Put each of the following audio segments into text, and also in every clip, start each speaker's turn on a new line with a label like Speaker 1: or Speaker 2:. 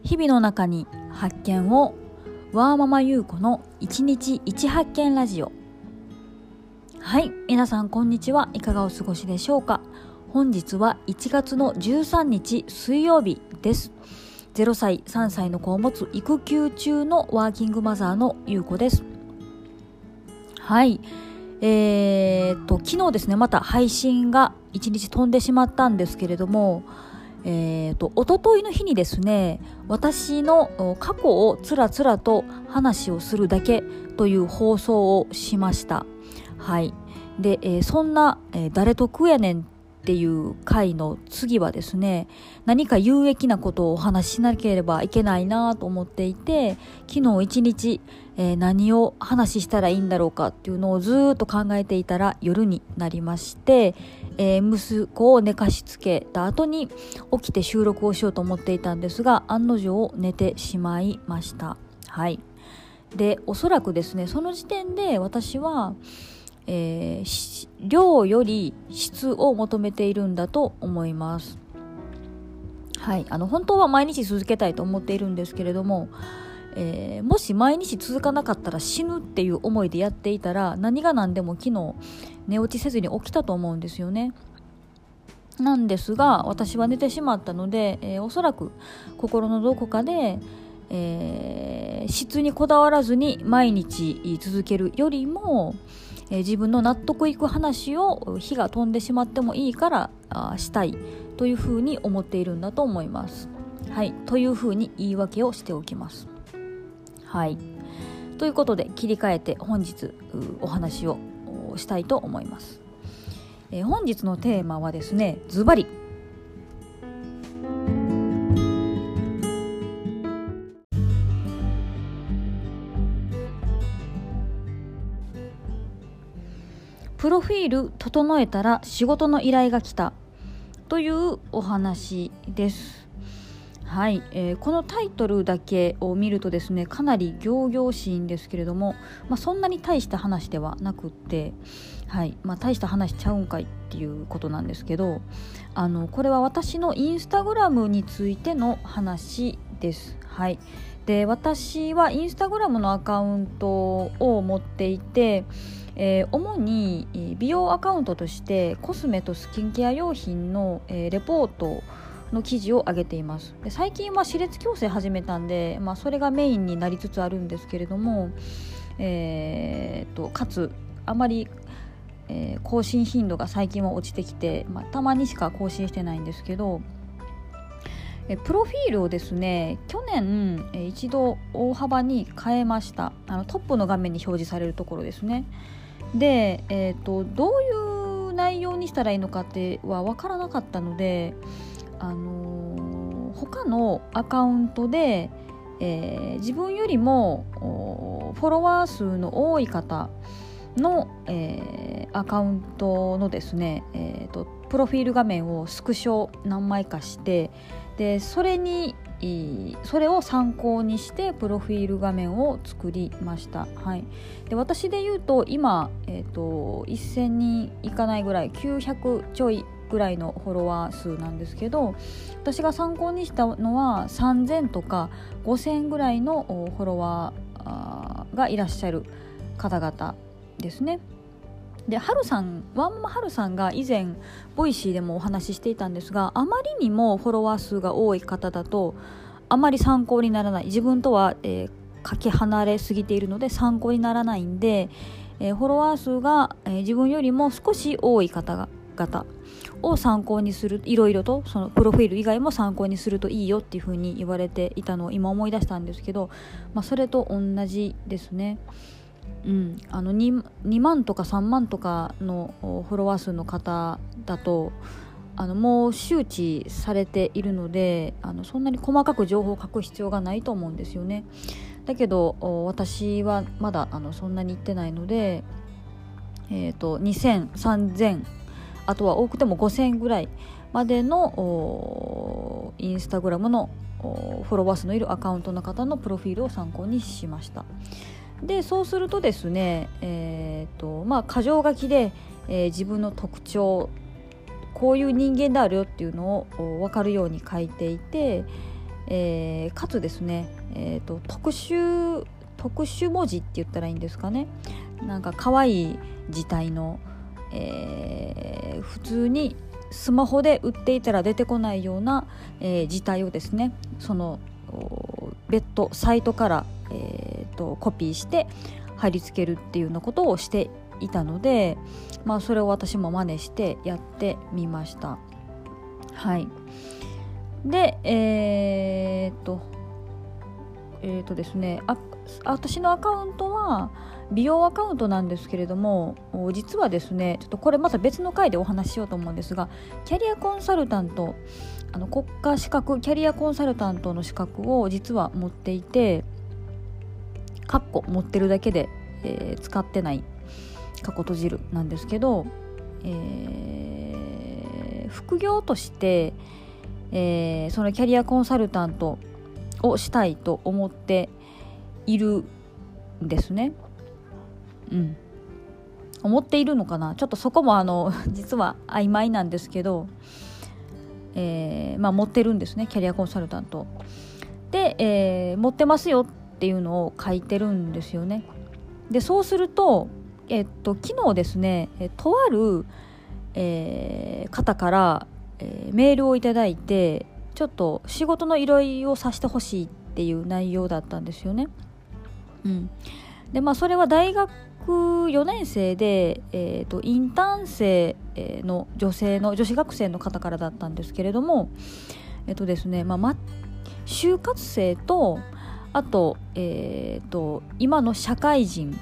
Speaker 1: 日々の中に発見を、ワーママゆうこの1日1発見ラジオ。はい、皆さんこんにちは。いかがお過ごしでしょうか。本日は1月の13日水曜日です。0歳3歳の子を持つ育休中のワーキングマザーのゆうこです。はい、昨日ですね、また配信が1日飛んでしまったんですけれども、おとといの日にですね、私の過去をつらつらと話をするだけという放送をしました。はい。で、そんな、誰得やねんっていう回の次はですね、何か有益なことをお話ししなければいけないなと思っていて、昨日一日、何を話したらいいんだろうかっていうのをずっと考えていたら夜になりまして、息子を寝かしつけた後に起きて収録をしようと思っていたんですが、案の定寝てしまいました。はい。で、おそらくですね、その時点で私は量より質を求めているんだと思います。はい、本当は毎日続けたいと思っているんですけれども、もし毎日続かなかったら死ぬっていう思いでやっていたら、何が何でも昨日寝落ちせずに起きたと思うんですよね。なんですが、私は寝てしまったので、おそらく心のどこかで、質にこだわらずに毎日続けるよりも、自分の納得いく話を火が飛んでしまってもいいからしたいというふうに思っているんだと思います。はい、というふうに言い訳をしておきます。はい、ということで切り替えて本日お話をしたいと思います。本日のテーマはですね、ズバリプロフィール整えたら仕事の依頼が来たというお話です。はい、このタイトルだけを見るとですね、かなり仰々しいんですけれども、そんなに大した話ではなくって、はい、大した話ちゃうんかいっていうことなんですけど、これは私のインスタグラムについての話です。はい。で、私はインスタグラムのアカウントを持っていて、主に美容アカウントとしてコスメとスキンケア用品の、レポートの記事を上げています。で、最近は歯列矯正始めたんで、それがメインになりつつあるんですけれども、かつあまり、更新頻度が最近は落ちてきて、たまにしか更新してないんですけど、プロフィールをですね、去年一度大幅に変えました。トップの画面に表示されるところですね。で、どういう内容にしたらいいのかっては分からなかったので、他のアカウントで、自分よりもフォロワー数の多い方の、アカウントのですね、プロフィール画面をスクショ何枚かして、でそれを参考にしてプロフィール画面を作りました。はい。で、私で言うと今、1000人いかないぐらい、900ちょいぐらいのフォロワー数なんですけど、私が参考にしたのは3000とか5000ぐらいのフォロワーがいらっしゃる方々ですね。で、ワンママはるさんが以前ボイシーでもお話ししていたんですが、あまりにもフォロワー数が多い方だとあまり参考にならない、自分とは、かけ離れすぎているので参考にならないんで、フォロワー数が、自分よりも少し多い方々を参考にする、いろいろとそのプロフィール以外も参考にするといいよっていう風に言われていたのを今思い出したんですけど、それと同じですね。2万とか3万とかのフォロワー数の方だともう周知されているので、そんなに細かく情報を書く必要がないと思うんですよね。だけど私はまだそんなに言ってないので、2000、3000、あとは多くても5000ぐらいまでのインスタグラムのフォロワー数のいるアカウントの方のプロフィールを参考にしました。で、そうするとですね、箇条書きで、自分の特徴、こういう人間であるよっていうのを分かるように書いていて、 かつですね、特殊文字って言ったらいいんですかね、なんか可愛い字体の、普通にスマホで売っていたら出てこないような、字体をですね、その別途サイトから、コピーして貼り付けるっていうようなことをしていたので、それを私も真似してやってみました。はい。でですね、私のアカウントは美容アカウントなんですけれども、実はですね、ちょっとこれまた別の回でお話ししようと思うんですが、キャリアコンサルタント、国家資格キャリアコンサルタントの資格を実は持っていて、持ってるだけで、使ってない閉じるなんですけど、副業として、そのキャリアコンサルタントをしたいと思っているんですね。思っているのかな、ちょっとそこも実は曖昧なんですけど、持ってるんですね、キャリアコンサルタントで、持ってますよっていうのを書いてるんですよね。でそうすると、昨日ですね、とある、方から、メールをいただいて、ちょっと仕事の依頼をさせてほしいっていう内容だったんですよね。でそれは大学4年生で、インターン生の女子学生の方からだったんですけれども、ですね、就活生と、あと、今の社会人、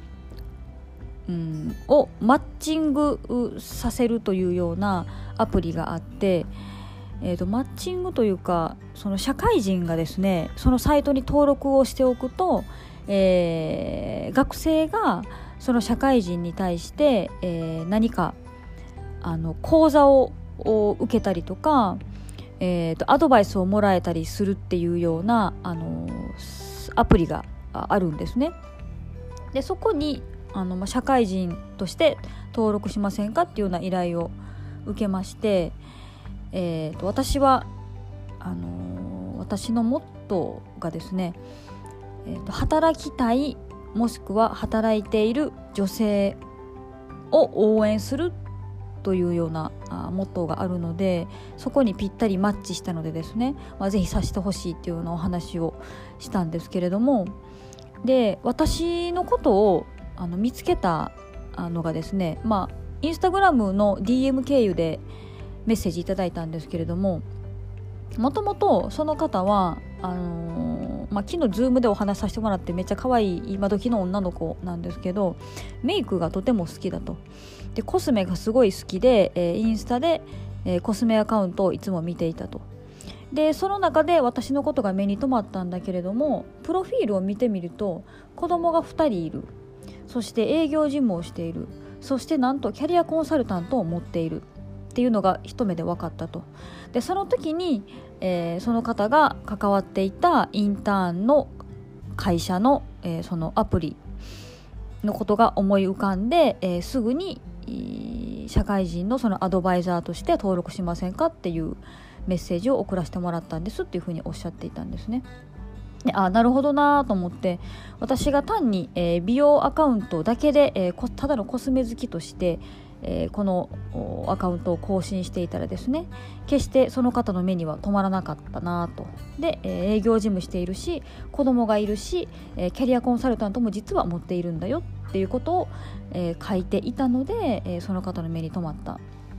Speaker 1: をマッチングさせるというようなアプリがあって、マッチングというか、その社会人がですね、そのサイトに登録をしておくと、学生がその社会人に対して、何か講座を受けたりとか、アドバイスをもらえたりするっていうようなアプリがあるんですね。でそこに社会人として登録しませんかっていうような依頼を受けまして、私は私のモットーがですね、働きたいもしくは働いている女性を応援するというようなモットーがあるので、そこにぴったりマッチしたのでですね、ぜひさせてほしいっていうようなお話をしたんですけれども、で私のことを見つけたのがですね、インスタグラムの DM 経由でメッセージいただいたんですけれども、もともとその方は昨日ズームでお話しさせてもらって、めっちゃ可愛い今時の女の子なんですけど、メイクがとても好きだと。でコスメがすごい好きで、インスタで、コスメアカウントをいつも見ていたと。でその中で私のことが目に留まったんだけれども、プロフィールを見てみると子供が2人いる、そして営業事務をしている、そしてなんとキャリアコンサルタントを持っているっていうのが一目で分かったと。でその時に、その方が関わっていたインターンの会社の、そのアプリのことが思い浮かんで、すぐに社会人のそのアドバイザーとして登録しませんかっていうメッセージを送らせてもらったんですっていうふうにおっしゃっていたんですね。でなるほどなと思って、私が単に、美容アカウントだけで、ただのコスメ好きとして、このアカウントを更新していたらですね、決してその方の目には止まらなかったなと。で、営業事務しているし、子供がいるし、キャリアコンサルタントも実は持っているんだよっていうことを、書いていたので、その方の目に留まった、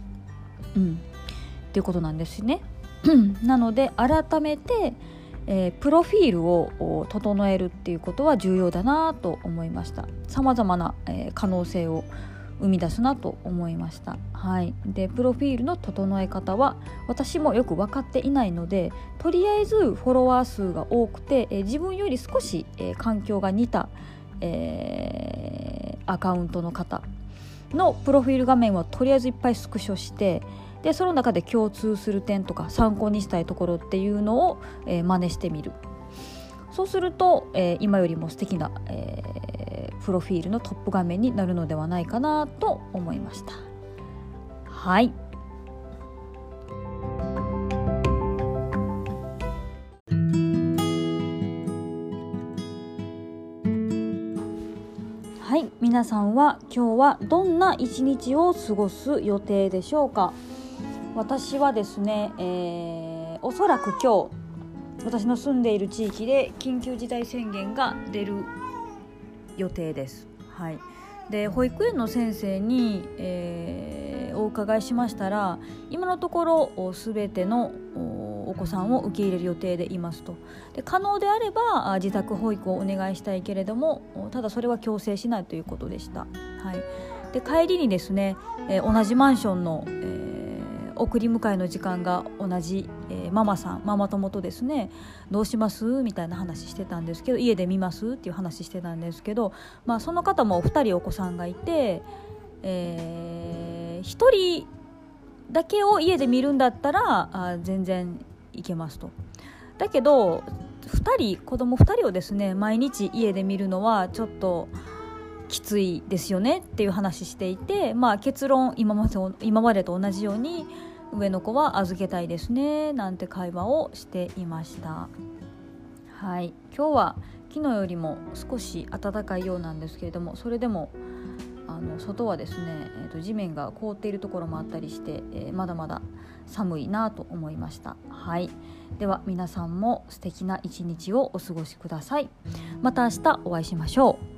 Speaker 1: っていうことなんですね。なので改めて、プロフィールを整えるっていうことは重要だなと思いました。さまざまな、可能性を生み出すなと思いました。でプロフィールの整え方は私もよく分かっていないので、とりあえずフォロワー数が多くて、自分より少し、環境が似た、アカウントの方のプロフィール画面はとりあえずいっぱいスクショして、でその中で共通する点とか参考にしたいところっていうのを、真似してみる。そうすると、今よりも素敵な、プロフィールのトップ画面になるのではないかなと思いました。はい。 皆さんは今日はどんな一日を過ごす予定でしょうか。私はですね、おそらく今日私の住んでいる地域で緊急事態宣言が出る予定です。はい。で、保育園の先生に、お伺いしましたら、今のところすべてのお子さんを受け入れる予定でいますと。で、可能であれば自宅保育をお願いしたいけれども、ただそれは強制しないということでした。はい。で、帰りにですね、同じマンションの、送り迎えの時間が同じ、ママ友とですね、どうしますみたいな話してたんですけど、家で見ますっていう話してたんですけど、その方も2人お子さんがいて、1人だけを家で見るんだったら全然いけますと。だけど子供2人をですね毎日家で見るのはちょっときついですよねっていう話していて、結論今までと同じように上の子は預けたいですねなんて会話をしていました。はい、今日は昨日よりも少し暖かいようなんですけれども、それでも外はですね、地面が凍っているところもあったりして、まだまだ寒いなと思いました。はい、では皆さんも素敵な一日をお過ごしください。また明日お会いしましょう。